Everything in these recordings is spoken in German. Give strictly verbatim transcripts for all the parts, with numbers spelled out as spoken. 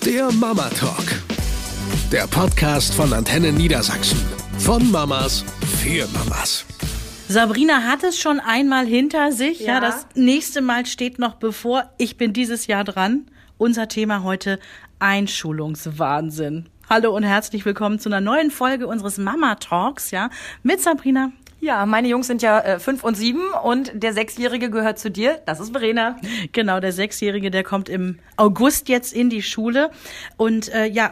Der Mama Talk. Der Podcast von Antenne Niedersachsen. Von Mamas für Mamas. Sabrina hat es schon einmal hinter sich. Ja. Ja, das nächste Mal steht noch bevor. Ich bin dieses Jahr dran. Unser Thema heute: Einschulungswahnsinn. Hallo und herzlich willkommen zu einer neuen Folge unseres Mama Talks, ja, mit Sabrina. Ja, meine Jungs sind ja äh, fünf und sieben und der Sechsjährige gehört zu dir. Das ist Verena. Genau, der Sechsjährige, der kommt im August jetzt in die Schule. Und äh, ja,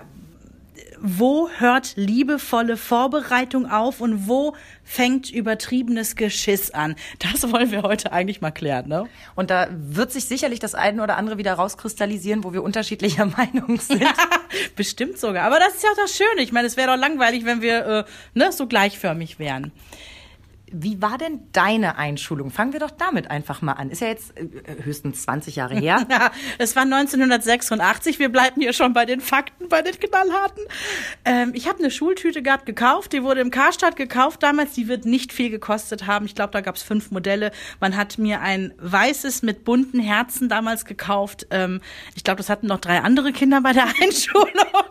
wo hört liebevolle Vorbereitung auf und wo fängt übertriebenes Geschiss an? Das wollen wir heute eigentlich mal klären, ne? Und da wird sich sicherlich das eine oder andere wieder rauskristallisieren, wo wir unterschiedlicher Meinung sind. Ja, bestimmt sogar. Aber das ist ja auch das Schöne. Ich meine, es wäre doch langweilig, wenn wir äh, ne, so gleichförmig wären. Wie war denn deine Einschulung? Fangen wir doch damit einfach mal an. Ist ja jetzt äh, höchstens zwanzig Jahre her. Ja, es war neunzehnhundertsechsundachtzig. Wir bleiben hier schon bei den Fakten, bei den Knallharten. Ähm, ich habe eine Schultüte gehabt, gekauft. Die wurde im Karstadt gekauft damals. Die wird nicht viel gekostet haben. Ich glaube, da gab es fünf Modelle. Man hat mir ein weißes mit bunten Herzen damals gekauft. Ähm, ich glaube, das hatten noch drei andere Kinder bei der Einschulung.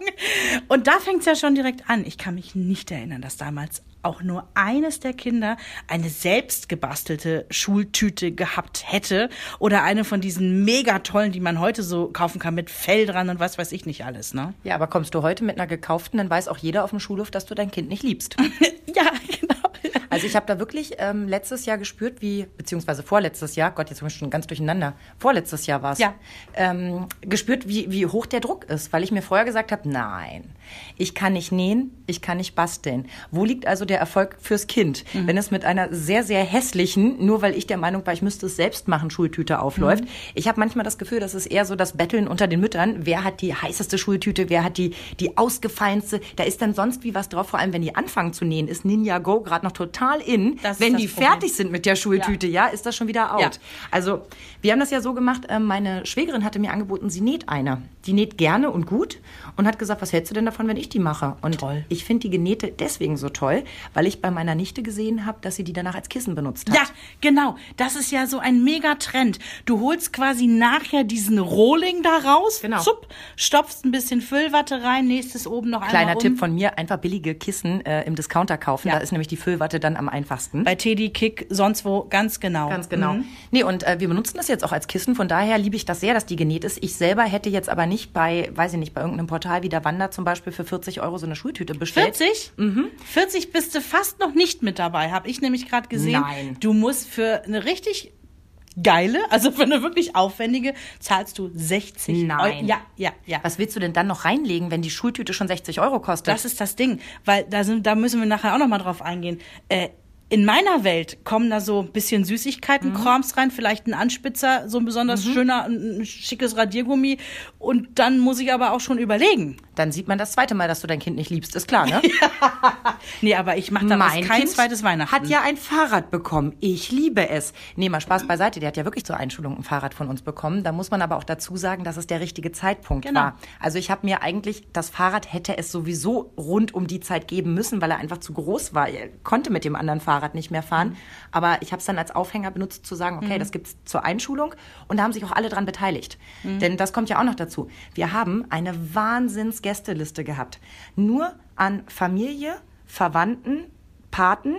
Und da fängt es ja schon direkt an. Ich kann mich nicht erinnern, dass damals auch nur eines der Kinder eine selbst gebastelte Schultüte gehabt hätte oder eine von diesen mega tollen, die man heute so kaufen kann mit Fell dran und was weiß ich nicht alles, ne? Ja, aber kommst du heute mit einer gekauften, dann weiß auch jeder auf dem Schulhof, dass du dein Kind nicht liebst. Ja, genau. Also ich habe da wirklich ähm, letztes Jahr gespürt, wie, beziehungsweise vorletztes Jahr, Gott, jetzt bin ich schon ganz durcheinander, vorletztes Jahr war es, ja. ähm, gespürt, wie, wie hoch der Druck ist, weil ich mir vorher gesagt habe, nein, ich kann nicht nähen, ich kann nicht basteln. Wo liegt also der Erfolg fürs Kind, mhm. wenn es mit einer sehr, sehr hässlichen, nur weil ich der Meinung war, ich müsste es selbst machen, Schultüte aufläuft. Mhm. Ich habe manchmal das Gefühl, das ist eher so das Betteln unter den Müttern. Wer hat die heißeste Schultüte, wer hat die, die ausgefallenste? Da ist dann sonst wie was drauf, vor allem wenn die anfangen zu nähen, ist Ninja Go gerade noch total in. Das wenn die Problem. fertig sind mit der Schultüte, ja. ja, ist das schon wieder out. Ja. Also wir haben das ja so gemacht, äh, meine Schwägerin hatte mir angeboten, sie näht eine. Die näht gerne und gut und hat gesagt, was hältst du denn davon, wenn ich die mache? Und toll. Ich finde die genähte deswegen so toll, weil ich bei meiner Nichte gesehen habe, dass sie die danach als Kissen benutzt hat. Ja, genau. Das ist ja so ein Megatrend. Du holst quasi nachher diesen Rohling da raus, genau. zupp, stopfst ein bisschen Füllwatte rein, nächstes oben noch einmal Kleiner um. Tipp von mir, einfach billige Kissen äh, im Discounter kaufen. Ja. Da ist nämlich die Füllwatte dann am einfachsten. Bei Teddy, Kick, sonst wo, ganz genau. Ganz genau. Mhm. Nee, und äh, wir benutzen das jetzt auch als Kissen. Von daher liebe ich das sehr, dass die genäht ist. Ich selber hätte jetzt aber nicht bei, weiß ich nicht, bei irgendeinem Portal wie der Wander zum Beispiel für vierzig Euro so eine Schultüte bestellt. vierzig? Mhm. vierzig bist du fast noch nicht mit dabei, habe ich nämlich gerade gesehen. Nein. Du musst für eine richtig geile, also für eine wirklich aufwendige, zahlst du sechzig Nein. Euro. Ja, ja, ja. Was willst du denn dann noch reinlegen, wenn die Schultüte schon sechzig Euro kostet? Das ist das Ding, weil da, sind, da müssen wir nachher auch noch mal drauf eingehen. Äh, In meiner Welt kommen da so ein bisschen Süßigkeiten-Krams mhm. rein, vielleicht ein Anspitzer, so ein besonders mhm. schöner, ein schickes Radiergummi. Und dann muss ich aber auch schon überlegen. Dann sieht man das zweite Mal, dass du dein Kind nicht liebst, ist klar, ne? Ja. Nee, aber ich mache daraus kein kind zweites Weihnachten. Hat ja ein Fahrrad bekommen. Ich liebe es. Nee, mal Spaß beiseite. Der hat ja wirklich zur Einschulung ein Fahrrad von uns bekommen. Da muss man aber auch dazu sagen, dass es der richtige Zeitpunkt genau. war. Also ich habe mir eigentlich, das Fahrrad hätte es sowieso rund um die Zeit geben müssen, weil er einfach zu groß war. Er konnte mit dem anderen Fahrrad nicht mehr fahren. Mhm. Aber ich habe es dann als Aufhänger benutzt, zu sagen, okay, mhm. das gibt's zur Einschulung. Und da haben sich auch alle dran beteiligt. Mhm. Denn das kommt ja auch noch dazu. Wir haben eine Wahnsinns-Gästeliste gehabt. Nur an Familie, Verwandten, Paten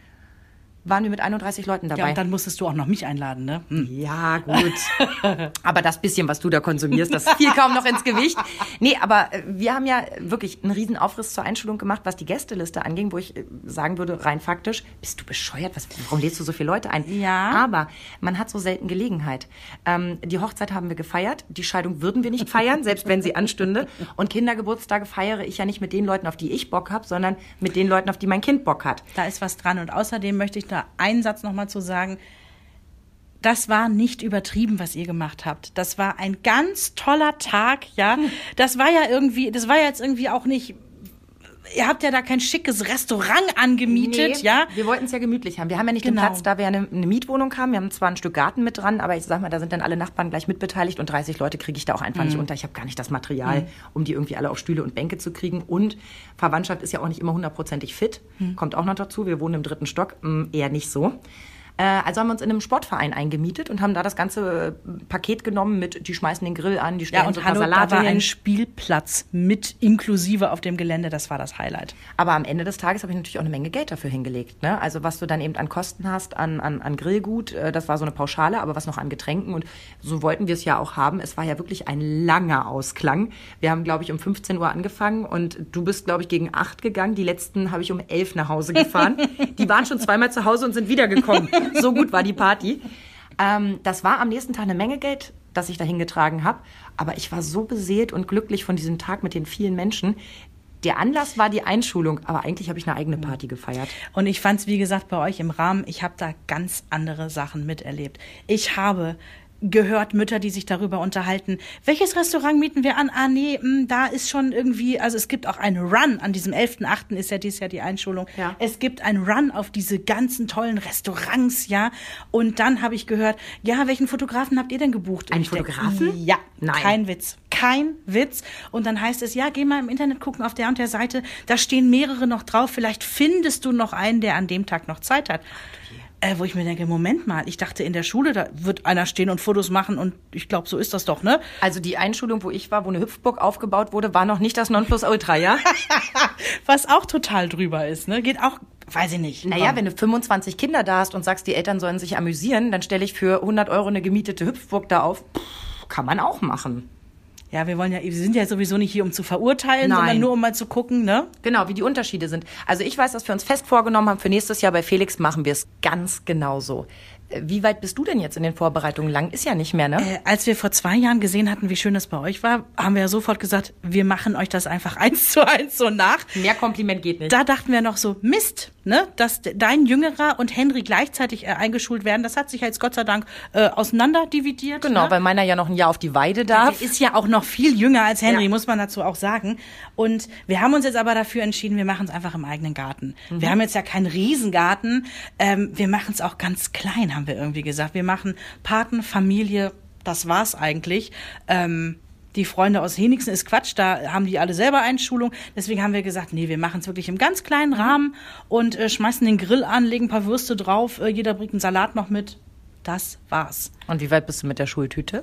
waren wir mit einunddreißig Leuten dabei. Ja, und dann musstest du auch noch mich einladen, ne? Hm. Ja, gut. Aber das bisschen, was du da konsumierst, das fiel kaum noch ins Gewicht. Nee, aber wir haben ja wirklich einen riesen Aufriss zur Einschulung gemacht, was die Gästeliste anging, wo ich sagen würde, rein faktisch, bist du bescheuert? Was, warum lädst du so viele Leute ein? Ja. Aber man hat so selten Gelegenheit. Ähm, die Hochzeit haben wir gefeiert, die Scheidung würden wir nicht feiern, selbst wenn sie anstünde. Und Kindergeburtstage feiere ich ja nicht mit den Leuten, auf die ich Bock habe, sondern mit den Leuten, auf die mein Kind Bock hat. Da ist was dran. Und außerdem möchte ich da einen Satz noch mal zu sagen, das war nicht übertrieben, was ihr gemacht habt. Das war ein ganz toller Tag, ja. Das war ja irgendwie, das war ja jetzt irgendwie auch nicht, ihr habt ja da kein schickes Restaurant angemietet, nee, ja. Wir wollten es ja gemütlich haben. Wir haben ja nicht genau. den Platz, da wir eine, eine Mietwohnung haben. Wir haben zwar ein Stück Garten mit dran, aber ich sag mal, da sind dann alle Nachbarn gleich mitbeteiligt und dreißig Leute kriege ich da auch einfach mhm. nicht unter. Ich habe gar nicht das Material, mhm. um die irgendwie alle auf Stühle und Bänke zu kriegen. Und Verwandtschaft ist ja auch nicht immer hundertprozentig fit. Mhm. Kommt auch noch dazu. Wir wohnen im dritten Stock. Eher nicht so. Äh, also haben wir uns in einem Sportverein eingemietet und haben da das ganze Paket genommen mit, die schmeißen den Grill an, die stellen Ja, und so hallo, da Salate war hin. ein Spielplatz mit inklusive auf dem Gelände, das war das Highlight. Aber am Ende des Tages habe ich natürlich auch eine Menge Geld dafür hingelegt. Ne? Also was du dann eben an Kosten hast, an, an, an Grillgut, äh, das war so eine Pauschale, aber was noch an Getränken. Und so wollten wir es ja auch haben. Es war ja wirklich ein langer Ausklang. Wir haben, glaube ich, um fünfzehn Uhr angefangen und du bist, glaube ich, gegen acht gegangen. Die letzten habe ich um elf nach Hause gefahren. Die waren schon zweimal zu Hause und sind wiedergekommen. So gut war die Party. Ähm, das war am nächsten Tag eine Menge Geld, das ich da hingetragen habe. Aber ich war so beseelt und glücklich von diesem Tag mit den vielen Menschen. Der Anlass war die Einschulung, aber eigentlich habe ich eine eigene Party gefeiert. Und ich fand es, wie gesagt, bei euch im Rahmen, ich habe da ganz andere Sachen miterlebt. Ich habe gehört, Mütter, die sich darüber unterhalten, welches Restaurant mieten wir an? Ah, nee, mh, da ist schon irgendwie, also es gibt auch einen Run, an diesem elften achten ist ja dieses Jahr die Einschulung. Ja. Es gibt einen Run auf diese ganzen tollen Restaurants, ja. Und dann habe ich gehört, ja, welchen Fotografen habt ihr denn gebucht? Einen Und ich denk, Fotografen? Ja, Nein. kein Witz. Kein Witz. Und dann heißt es, ja, geh mal im Internet gucken auf der und der Seite, da stehen mehrere noch drauf, vielleicht findest du noch einen, der an dem Tag noch Zeit hat. Äh, wo ich mir denke, Moment mal, ich dachte in der Schule, da wird einer stehen und Fotos machen und ich glaube, so ist das doch, ne? Also die Einschulung, wo ich war, wo eine Hüpfburg aufgebaut wurde, war noch nicht das Nonplusultra, ja? Was auch total drüber ist, ne? Geht auch, weiß ich nicht. Naja, wenn du fünfundzwanzig Kinder da hast und sagst, die Eltern sollen sich amüsieren, dann stelle ich für hundert Euro eine gemietete Hüpfburg da auf. Pff, kann man auch machen. Ja, wir wollen ja, wir sind ja sowieso nicht hier, um zu verurteilen, Nein. sondern nur, um mal zu gucken, ne? Genau, wie die Unterschiede sind. Also ich weiß, dass wir uns fest vorgenommen haben, für nächstes Jahr bei Felix machen wir es ganz genauso. Wie weit bist du denn jetzt in den Vorbereitungen? Lang ist ja nicht mehr, ne? Äh, als wir vor zwei Jahren gesehen hatten, wie schön das bei euch war, haben wir ja sofort gesagt, wir machen euch das einfach eins zu eins so nach. Mehr Kompliment geht nicht. Da dachten wir noch so, Mist, ne, dass dein Jüngerer und Henry gleichzeitig äh, eingeschult werden. Das hat sich jetzt Gott sei Dank äh, auseinander dividiert. Genau, ne? weil meiner ja noch ein Jahr auf die Weide darf. Der ist ja auch noch viel jünger als Henry, Ja. muss man dazu auch sagen. Und wir haben uns jetzt aber dafür entschieden, wir machen es einfach im eigenen Garten. Mhm. Wir haben jetzt ja keinen Riesengarten. Ähm, wir machen es auch ganz klein, haben wir irgendwie gesagt. Wir machen Paten, Familie, das war's eigentlich. Ähm, die Freunde aus Henigsen ist Quatsch, da haben die alle selber Einschulung. Deswegen haben wir gesagt, nee, wir machen es wirklich im ganz kleinen Rahmen und äh, schmeißen den Grill an, legen ein paar Würste drauf, äh, jeder bringt einen Salat noch mit. Das war's. Und wie weit bist du mit der Schultüte?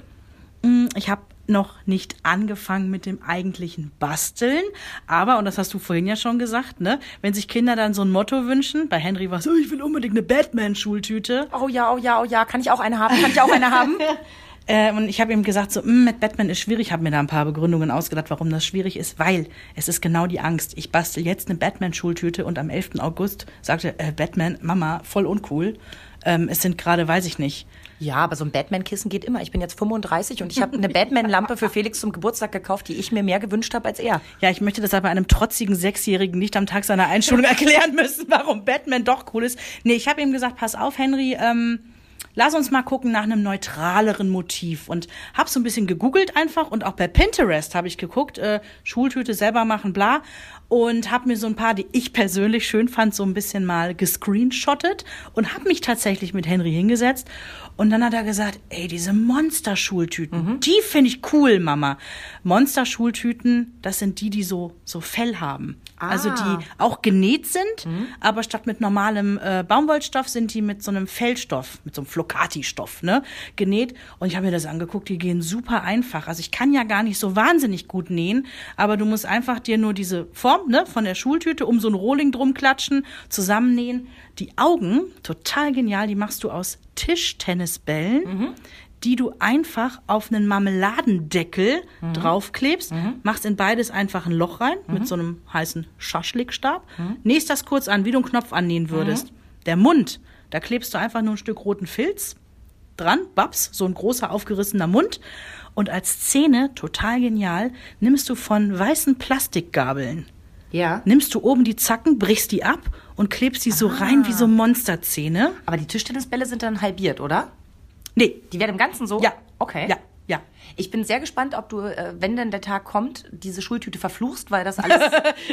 Ich habe noch nicht angefangen mit dem eigentlichen Basteln, aber, und das hast du vorhin ja schon gesagt, ne, wenn sich Kinder dann so ein Motto wünschen, bei Henry war es, oh, ich will unbedingt eine Batman-Schultüte. Oh ja, oh ja, oh ja, kann ich auch eine haben? Kann ich auch eine haben? Äh, und ich habe ihm gesagt, so, mm, mit Batman ist schwierig, habe mir da ein paar Begründungen ausgedacht, warum das schwierig ist, weil es ist genau die Angst. Ich bastel jetzt eine Batman-Schultüte und am elften August sagte äh, Batman, Mama, voll uncool. Ähm, es sind gerade, weiß ich nicht, Ja, aber so ein Batman-Kissen geht immer. Ich bin jetzt fünfunddreißig und ich habe eine Batman-Lampe für Felix zum Geburtstag gekauft, die ich mir mehr gewünscht habe als er. Ja, ich möchte das aber einem trotzigen Sechsjährigen nicht am Tag seiner Einschulung erklären müssen, warum Batman doch cool ist. Nee, ich habe ihm gesagt, pass auf, Henry, ähm, lass uns mal gucken nach einem neutraleren Motiv. Und habe so ein bisschen gegoogelt einfach und auch bei Pinterest habe ich geguckt, äh, Schultüte selber machen, bla. Und habe mir so ein paar, die ich persönlich schön fand, so ein bisschen mal gescreenshottet und habe mich tatsächlich mit Henry hingesetzt. Und dann hat er gesagt, ey, diese Monster-Schultüten, mhm. die finde ich cool, Mama. Monster-Schultüten, das sind die, die so, so Fell haben. Ah. Also die auch genäht sind, mhm. aber statt mit normalem äh, Baumwollstoff sind die mit so einem Fellstoff, mit so einem Flocati-Stoff, ne, genäht. Und ich habe mir das angeguckt, die gehen super einfach. Also ich kann ja gar nicht so wahnsinnig gut nähen, aber du musst einfach dir nur diese Form, ne, von der Schultüte um so ein Rohling drum klatschen, zusammennähen. Die Augen, total genial, die machst du aus Tischtennisbällen, mhm. die du einfach auf einen Marmeladendeckel mhm. draufklebst, mhm. machst in beides einfach ein Loch rein mhm. mit so einem heißen Schaschlikstab, mhm. nähst das kurz an, wie du einen Knopf annähen würdest. Mhm. Der Mund, da klebst du einfach nur ein Stück roten Filz dran, babs, so ein großer aufgerissener Mund. Und als Zähne, total genial, nimmst du von weißen Plastikgabeln, ja. nimmst du oben die Zacken, brichst die ab und klebst die so ah. rein wie so Monsterzähne. Aber die Tischtennisbälle sind dann halbiert, oder? Nee. Die werden im Ganzen so? Ja. Okay. Ja, ja. Ich bin sehr gespannt, ob du, äh, wenn denn der Tag kommt, diese Schultüte verfluchst, weil das alles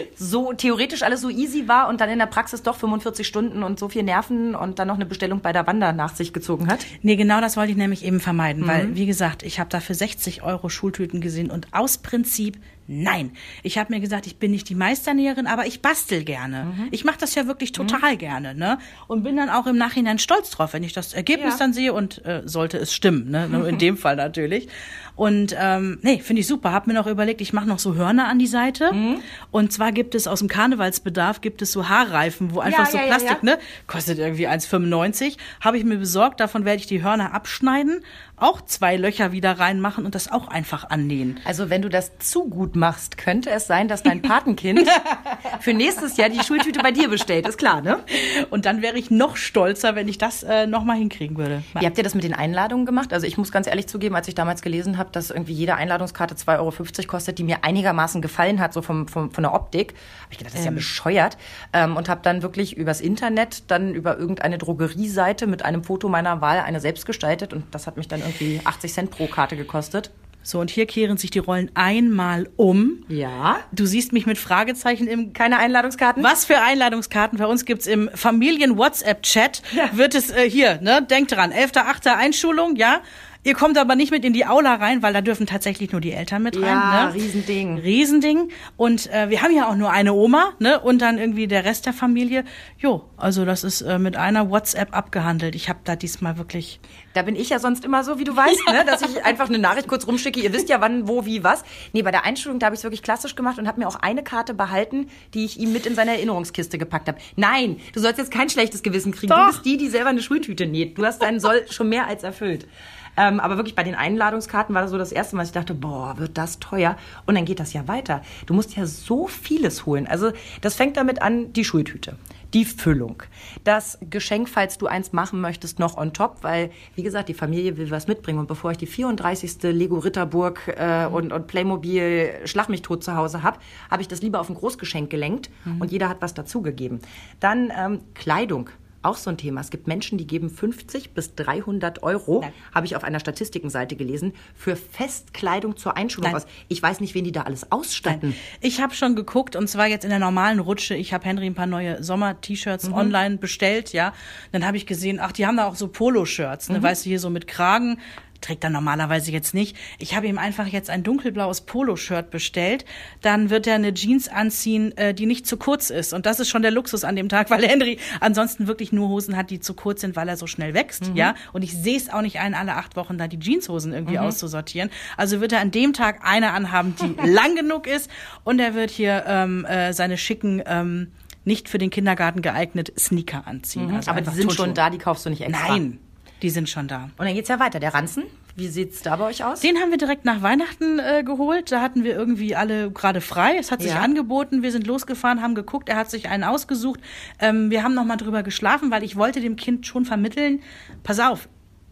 so theoretisch alles so easy war und dann in der Praxis doch fünfundvierzig Stunden und so viel Nerven und dann noch eine Bestellung bei der Wanda nach sich gezogen hat. Nee, genau das wollte ich nämlich eben vermeiden, mhm. weil, wie gesagt, ich habe da für sechzig Euro Schultüten gesehen und aus Prinzip nein. Ich habe mir gesagt, ich bin nicht die Meisternäherin, aber ich bastel gerne. Mhm. Ich mache das ja wirklich total mhm. gerne, ne? Und bin dann auch im Nachhinein stolz drauf, wenn ich das Ergebnis ja. dann sehe und äh, sollte es stimmen, ne? Nur in dem Fall natürlich. Und ähm, nee, finde ich super. Hab mir noch überlegt, ich mache noch so Hörner an die Seite. Mhm. Und zwar gibt es aus dem Karnevalsbedarf gibt es so Haarreifen, wo einfach ja, so ja, Plastik, ja, ja. ne? Kostet irgendwie eins fünfundneunzig. Habe ich mir besorgt. Davon werde ich die Hörner abschneiden, auch zwei Löcher wieder reinmachen und das auch einfach annähen. Also wenn du das zu gut machst, könnte es sein, dass dein Patenkind für nächstes Jahr die Schultüte bei dir bestellt. Ist klar, ne? Und dann wäre ich noch stolzer, wenn ich das äh, nochmal hinkriegen würde. Wie habt ihr das mit den Einladungen gemacht? Also ich muss ganz ehrlich zugeben, als ich damals gelesen habe, dass irgendwie jede Einladungskarte zwei Euro fünfzig kostet, die mir einigermaßen gefallen hat, so vom, vom, von der Optik, habe ich gedacht, das ist ja bescheuert. Ähm, und habe dann wirklich übers Internet, dann über irgendeine Drogerieseite mit einem Foto meiner Wahl eine selbst gestaltet und das hat mich dann irgendwie achtzig Cent pro Karte gekostet. So, und hier kehren sich die Rollen einmal um. Ja. Du siehst mich mit Fragezeichen im... Keine Einladungskarten? Was für Einladungskarten? Bei uns gibt's im Familien-WhatsApp-Chat, ja. wird es äh, hier, ne, denkt dran, elfter achter Einschulung, ja. Ihr kommt aber nicht mit in die Aula rein, weil da dürfen tatsächlich nur die Eltern mit rein. Ja, ne? Riesending. Riesending. Und äh, wir haben ja auch nur eine Oma, ne? Und dann irgendwie der Rest der Familie. Jo, also das ist äh, mit einer WhatsApp abgehandelt. Ich habe da diesmal wirklich... Da bin ich ja sonst immer so, wie du weißt, ne? Dass ich einfach eine Nachricht kurz rumschicke. Ihr wisst ja, wann, wo, wie, was. Nee, bei der Einschulung, da habe ich es wirklich klassisch gemacht und habe mir auch eine Karte behalten, die ich ihm mit in seine Erinnerungskiste gepackt habe. Nein, du sollst jetzt kein schlechtes Gewissen kriegen. Doch. Du bist die, die selber eine Schultüte näht. Du hast deinen Soll schon mehr als erfüllt. Ähm, aber wirklich bei den Einladungskarten war das so das erste Mal, dass ich dachte, boah, wird das teuer. Und dann geht das ja weiter. Du musst ja so vieles holen. Also das fängt damit an, die Schultüte, die Füllung, das Geschenk, falls du eins machen möchtest, noch on top, weil, wie gesagt, die Familie will was mitbringen. Und bevor ich die vierunddreißigste Lego Ritterburg äh, und, und Playmobil Schlag mich tot zu Hause habe, habe ich das lieber auf ein Großgeschenk gelenkt mhm. und jeder hat was dazugegeben. Dann ähm, Kleidung. Auch so ein Thema. Es gibt Menschen, die geben fünfzig bis dreihundert Euro, habe ich auf einer Statistikenseite gelesen, für Festkleidung zur Einschulung aus. Ich weiß nicht, wen die da alles ausstatten. Nein. Ich habe schon geguckt, und zwar jetzt in der normalen Rutsche. Ich habe Henry ein paar neue Sommer-T-Shirts mhm. online bestellt, ja. Dann habe ich gesehen, ach, die haben da auch so Poloshirts, ne, mhm. weißt du, hier so mit Kragen. Trägt er normalerweise jetzt nicht. Ich habe ihm einfach jetzt ein dunkelblaues Poloshirt bestellt. Dann wird er eine Jeans anziehen, äh, die nicht zu kurz ist. Und das ist schon der Luxus an dem Tag, weil Henry ansonsten wirklich nur Hosen hat, die zu kurz sind, weil er so schnell wächst. Mhm. Ja. Und ich sehe es auch nicht ein, alle acht Wochen da die Jeanshosen irgendwie mhm. auszusortieren. Also wird er an dem Tag eine anhaben, die lang genug ist. Und er wird hier ähm, äh, seine schicken... Ähm, nicht für den Kindergarten geeignet Sneaker anziehen. Mhm. Also aber die sind Turnschuhe. Schon da, die kaufst du nicht extra. Nein. Die sind schon da. Und dann geht's ja weiter. Der Ranzen, wie sieht's da bei euch aus? Den haben wir direkt nach Weihnachten äh, geholt. Da hatten wir irgendwie alle gerade frei. Es hat sich ja. angeboten. Wir sind losgefahren, haben geguckt. Er hat sich einen ausgesucht. Ähm, wir haben noch mal drüber geschlafen, weil ich wollte dem Kind schon vermitteln, pass auf,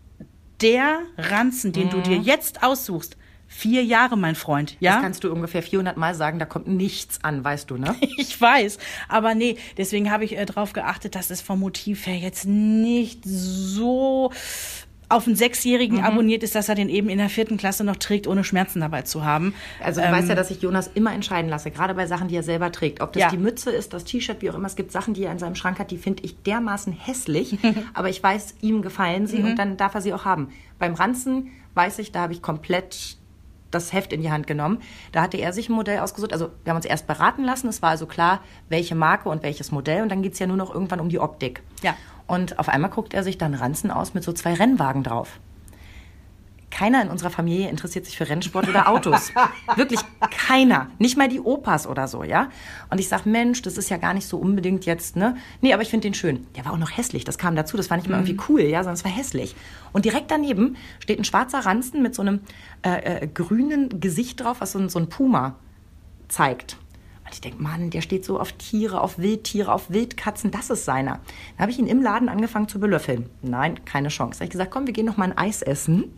der Ranzen, den mhm. du dir jetzt aussuchst, vier Jahre, mein Freund, ja? Das kannst du ungefähr vierhundert Mal sagen, da kommt nichts an, weißt du, ne? Ich weiß, aber nee, deswegen habe ich äh, darauf geachtet, dass es vom Motiv her jetzt nicht so auf einen Sechsjährigen mhm. abonniert ist, dass er den eben in der vierten Klasse noch trägt, ohne Schmerzen dabei zu haben. Also du ähm, weißt ja, dass ich Jonas immer entscheiden lasse, gerade bei Sachen, die er selber trägt. Ob das ja. die Mütze ist, das T-Shirt, wie auch immer. Es gibt Sachen, die er in seinem Schrank hat, die finde ich dermaßen hässlich, aber ich weiß, ihm gefallen sie mhm. und dann darf er sie auch haben. Beim Ranzen weiß ich, da habe ich komplett das Heft in die Hand genommen. Da hatte er sich ein Modell ausgesucht. Also wir haben uns erst beraten lassen. Es war also klar, welche Marke und welches Modell. Und dann geht's ja nur noch irgendwann um die Optik. Ja. Und auf einmal guckt er sich dann Ranzen aus mit so zwei Rennwagen drauf. Keiner in unserer Familie interessiert sich für Rennsport oder Autos. Wirklich keiner. Nicht mal die Opas oder so, ja. Und ich sag, Mensch, das ist ja gar nicht so unbedingt jetzt, ne? Nee, aber ich finde den schön. Der war auch noch hässlich, das kam dazu. Das war nicht mal irgendwie cool, ja, sondern es war hässlich. Und direkt daneben steht ein schwarzer Ranzen mit so einem äh, äh, grünen Gesicht drauf, was so ein, so ein Puma zeigt. Und ich denke, Mann, der steht so auf Tiere, auf Wildtiere, auf Wildkatzen, das ist seiner. Dann habe ich ihn im Laden angefangen zu belöffeln. Nein, keine Chance. Da habe ich gesagt, komm, wir gehen noch mal ein Eis essen.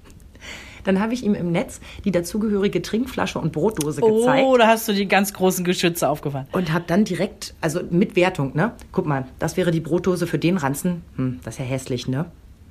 Dann habe ich ihm im Netz die dazugehörige Trinkflasche und Brotdose gezeigt. Oh, da hast du die ganz großen Geschütze aufgefahren. Und habe dann direkt, also mit Wertung, ne? Guck mal, das wäre die Brotdose für den Ranzen. Hm, das ist ja hässlich, ne?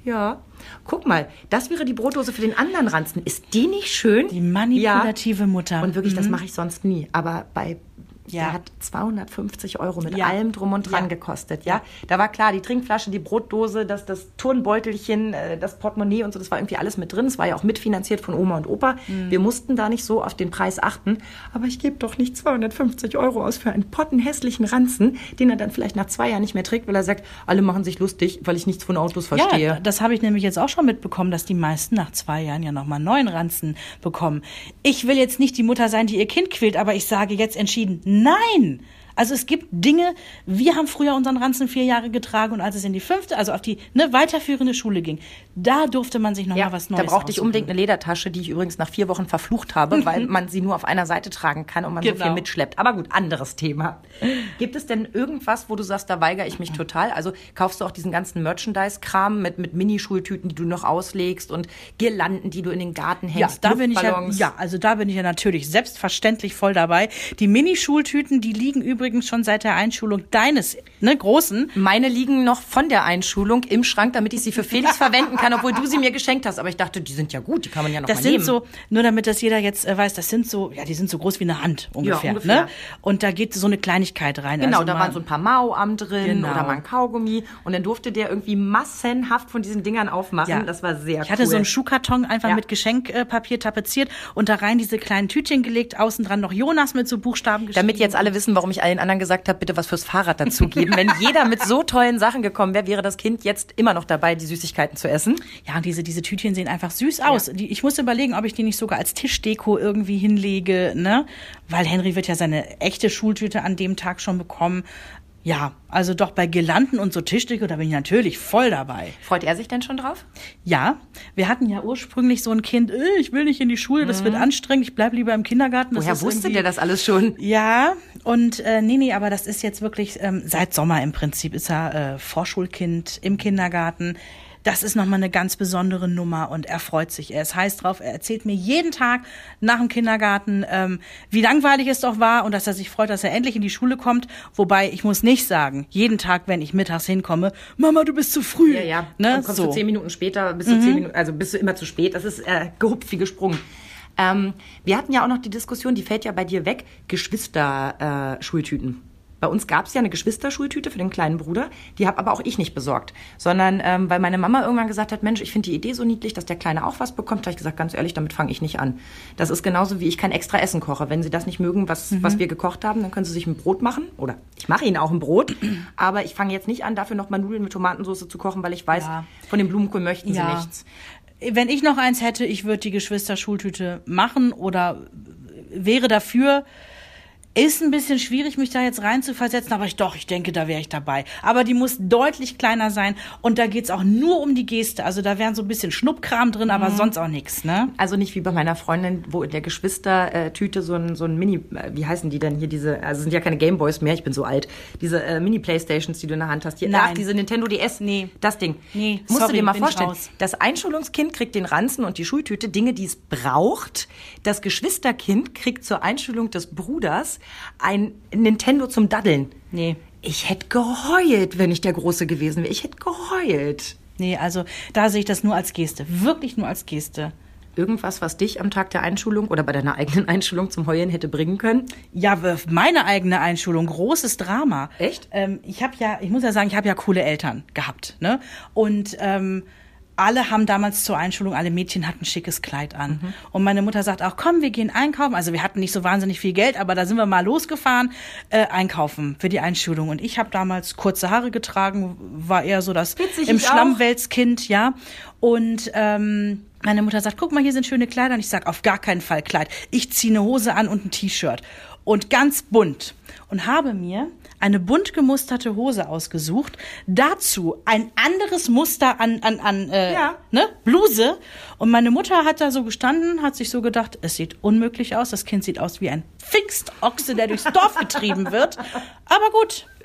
Ja. Guck mal, das wäre die Brotdose für den anderen Ranzen. Ist die nicht schön? Die manipulative ja. Mutter. Und wirklich, mhm. das mache ich sonst nie. Aber bei Ja. Der hat zweihundertfünfzig Euro mit ja. allem drum und dran ja. gekostet. Ja, da war klar, die Trinkflasche, die Brotdose, das, das Turnbeutelchen, das Portemonnaie und so, das war irgendwie alles mit drin. Es war ja auch mitfinanziert von Oma und Opa. Mhm. Wir mussten da nicht so auf den Preis achten. Aber ich gebe doch nicht zweihundertfünfzig Euro aus für einen pottenhässlichen Ranzen, den er dann vielleicht nach zwei Jahren nicht mehr trägt, weil er sagt, alle machen sich lustig, weil ich nichts von Autos verstehe. Ja, das habe ich nämlich jetzt auch schon mitbekommen, dass die meisten nach zwei Jahren ja nochmal einen neuen Ranzen bekommen. Ich will jetzt nicht die Mutter sein, die ihr Kind quält, aber ich sage jetzt entschieden, nein! Also es gibt Dinge, wir haben früher unseren Ranzen vier Jahre getragen und als es in die fünfte, also auf die ne, weiterführende Schule ging, da durfte man sich noch ja, mal was Neues da brauchte aussuchen. ich unbedingt eine Ledertasche, die ich übrigens nach vier Wochen verflucht habe, weil man sie nur auf einer Seite tragen kann und man genau. so viel mitschleppt. Aber gut, anderes Thema. Gibt es denn irgendwas, wo du sagst, da weigere ich mich total? Also kaufst du auch diesen ganzen Merchandise-Kram mit, mit Minischultüten, die du noch auslegst und Girlanden, die du in den Garten hängst, ja, da bin ich ja, ja, also da bin ich ja natürlich selbstverständlich voll dabei. Die Minischultüten, die liegen übrigens übrigens schon seit der Einschulung deines, ne, Großen. Meine liegen noch von der Einschulung im Schrank, damit ich sie für Felix verwenden kann, obwohl du sie mir geschenkt hast. Aber ich dachte, die sind ja gut, die kann man ja noch das mal sind nehmen. So, nur damit das jeder jetzt äh, weiß, das sind so, ja, die sind so groß wie eine Hand ungefähr. Ja, ungefähr. Ne? Und da geht so eine Kleinigkeit rein. Genau, also da mal, waren so ein paar Mauam drin genau. oder mal ein Kaugummi. Und dann durfte der irgendwie massenhaft von diesen Dingern aufmachen. Ja. Das war sehr cool. Ich hatte so einen Schuhkarton einfach ja. mit Geschenkpapier tapeziert und da rein diese kleinen Tütchen gelegt, außen dran noch Jonas mit so Buchstaben geschrieben. Damit jetzt alle wissen, warum ich allen anderen gesagt habe, bitte was fürs Fahrrad dazugeben. Wenn jeder mit so tollen Sachen gekommen wäre, wäre das Kind jetzt immer noch dabei, die Süßigkeiten zu essen. Ja, und diese, diese Tütchen sehen einfach süß aus. Ja. Die, ich muss überlegen, ob ich die nicht sogar als Tischdeko irgendwie hinlege, ne? Weil Henry wird ja seine echte Schultüte an dem Tag schon bekommen. Ja, also doch bei Girlanden und so Tischdeko, da bin ich natürlich voll dabei. Freut er sich denn schon drauf? Ja, wir hatten ja ursprünglich so ein Kind, äh, ich will nicht in die Schule, das mhm. wird anstrengend, ich bleib lieber im Kindergarten. Das Woher wusste der das alles schon? Ja, und äh, nee, nee, aber das ist jetzt wirklich, ähm, seit Sommer im Prinzip ist er äh, Vorschulkind im Kindergarten. Das ist nochmal eine ganz besondere Nummer und er freut sich. Er ist heiß drauf. Er erzählt mir jeden Tag nach dem Kindergarten, ähm, wie langweilig es doch war und dass er sich freut, dass er endlich in die Schule kommt. Wobei, ich muss nicht sagen, jeden Tag, wenn ich mittags hinkomme, Mama, du bist zu früh. Ja, ja. Ne? Und kommst so. du zehn Minuten später, bist du mhm. zehn Minuten, also bist du immer zu spät. Das ist äh, gehupft wie gesprungen. Ähm, wir hatten ja auch noch die Diskussion, die fällt ja bei dir weg, Geschwister-Schultüten. Äh, Bei uns gab es ja eine Geschwisterschultüte für den kleinen Bruder, die habe aber auch ich nicht besorgt, sondern ähm, weil meine Mama irgendwann gesagt hat, Mensch, ich finde die Idee so niedlich, dass der Kleine auch was bekommt, da habe ich gesagt, ganz ehrlich, damit fange ich nicht an. Das ist genauso, wie ich kein extra Essen koche. Wenn Sie das nicht mögen, was, mhm. was wir gekocht haben, dann können Sie sich ein Brot machen oder ich mache Ihnen auch ein Brot, aber ich fange jetzt nicht an, dafür nochmal Nudeln mit Tomatensauce zu kochen, weil ich weiß, ja. von dem Blumenkohl möchten ja. Sie nichts. Wenn ich noch eins hätte, ich würde die Geschwisterschultüte machen oder wäre dafür. Ist ein bisschen schwierig, mich da jetzt rein zu versetzen, aber ich doch, ich denke, da wäre ich dabei. Aber die muss deutlich kleiner sein und da geht's auch nur um die Geste. Also da wären so ein bisschen Schnuppkram drin, aber mhm. sonst auch nichts, ne? Also nicht wie bei meiner Freundin, wo in der Geschwistertüte so ein, so ein Mini, wie heißen die denn hier, diese, also sind ja keine Gameboys mehr, ich bin so alt, diese äh, Mini-Playstations, die du in der Hand hast. Hier, Nein. Ach, diese Nintendo D S, nee. Das Ding. Nee, Musst sorry, du dir mal bin vorstellen, ich raus. Das Einschulungskind kriegt den Ranzen und die Schultüte, Dinge, die es braucht. Das Geschwisterkind kriegt zur Einschulung des Bruders ein Nintendo zum Daddeln. Nee. Ich hätte geheult, wenn ich der Große gewesen wäre. Ich hätte geheult. Nee, also da sehe ich das nur als Geste. Wirklich nur als Geste. Irgendwas, was dich am Tag der Einschulung oder bei deiner eigenen Einschulung zum Heulen hätte bringen können? Ja, meine eigene Einschulung, großes Drama. Echt? Ähm, ich habe ja, ich muss ja sagen, ich habe ja coole Eltern gehabt, ne? Und ähm, alle haben damals zur Einschulung, alle Mädchen hatten ein schickes Kleid an. Mhm. Und meine Mutter sagt auch, komm, wir gehen einkaufen. Also wir hatten nicht so wahnsinnig viel Geld, aber da sind wir mal losgefahren, äh, einkaufen für die Einschulung. Und ich habe damals kurze Haare getragen, war eher so das Witzig, im ich Schlammwälzkind, ja. Und ähm, meine Mutter sagt, guck mal, hier sind schöne Kleider. Und ich sag, auf gar keinen Fall Kleid. Ich ziehe eine Hose an und ein T-Shirt. Und ganz bunt. Und habe mir eine bunt gemusterte Hose ausgesucht, dazu ein anderes Muster an, an, an äh, ja. ne, Bluse. Und meine Mutter hat da so gestanden, hat sich so gedacht, es sieht unmöglich aus, das Kind sieht aus wie ein Pfingstochse, der durchs Dorf getrieben wird. Aber gut,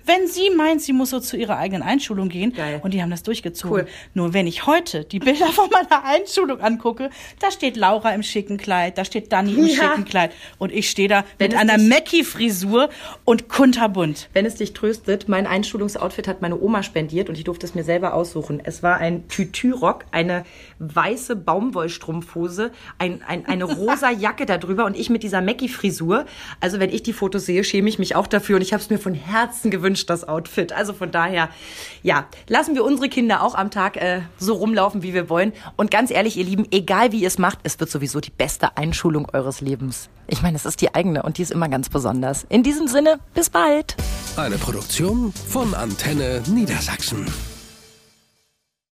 Wenn sie meint, sie muss so zu ihrer eigenen Einschulung gehen. Geil. Und die haben das durchgezogen. Cool. Nur wenn ich heute die Bilder von meiner Einschulung angucke, da steht Laura im schicken Kleid, da steht Dani im Ja. schicken Kleid. Und ich stehe da Wenn mit es einer dich- Mackie-Frisur und kunterbunt. Wenn es dich tröstet, mein Einschulungsoutfit hat meine Oma spendiert und ich durfte es mir selber aussuchen. Es war ein Tütü-Rock, eine weiße Baumwollstrumpfhose, ein, ein, eine rosa Jacke darüber und ich mit dieser Mackie-Frisur. Also wenn ich die Fotos sehe, schäme ich mich auch dafür und ich habe es mir von Herzen gewünscht, das Outfit. Also von daher, ja, lassen wir unsere Kinder auch am Tag äh, so rumlaufen, wie wir wollen. Und ganz ehrlich, ihr Lieben, egal wie ihr es macht, es wird sowieso die beste Einschulung eures Lebens. Ich meine, es ist die eigene und die ist immer ganz besonders. In diesem Sinne, bis bald. Eine Produktion von Antenne Niedersachsen.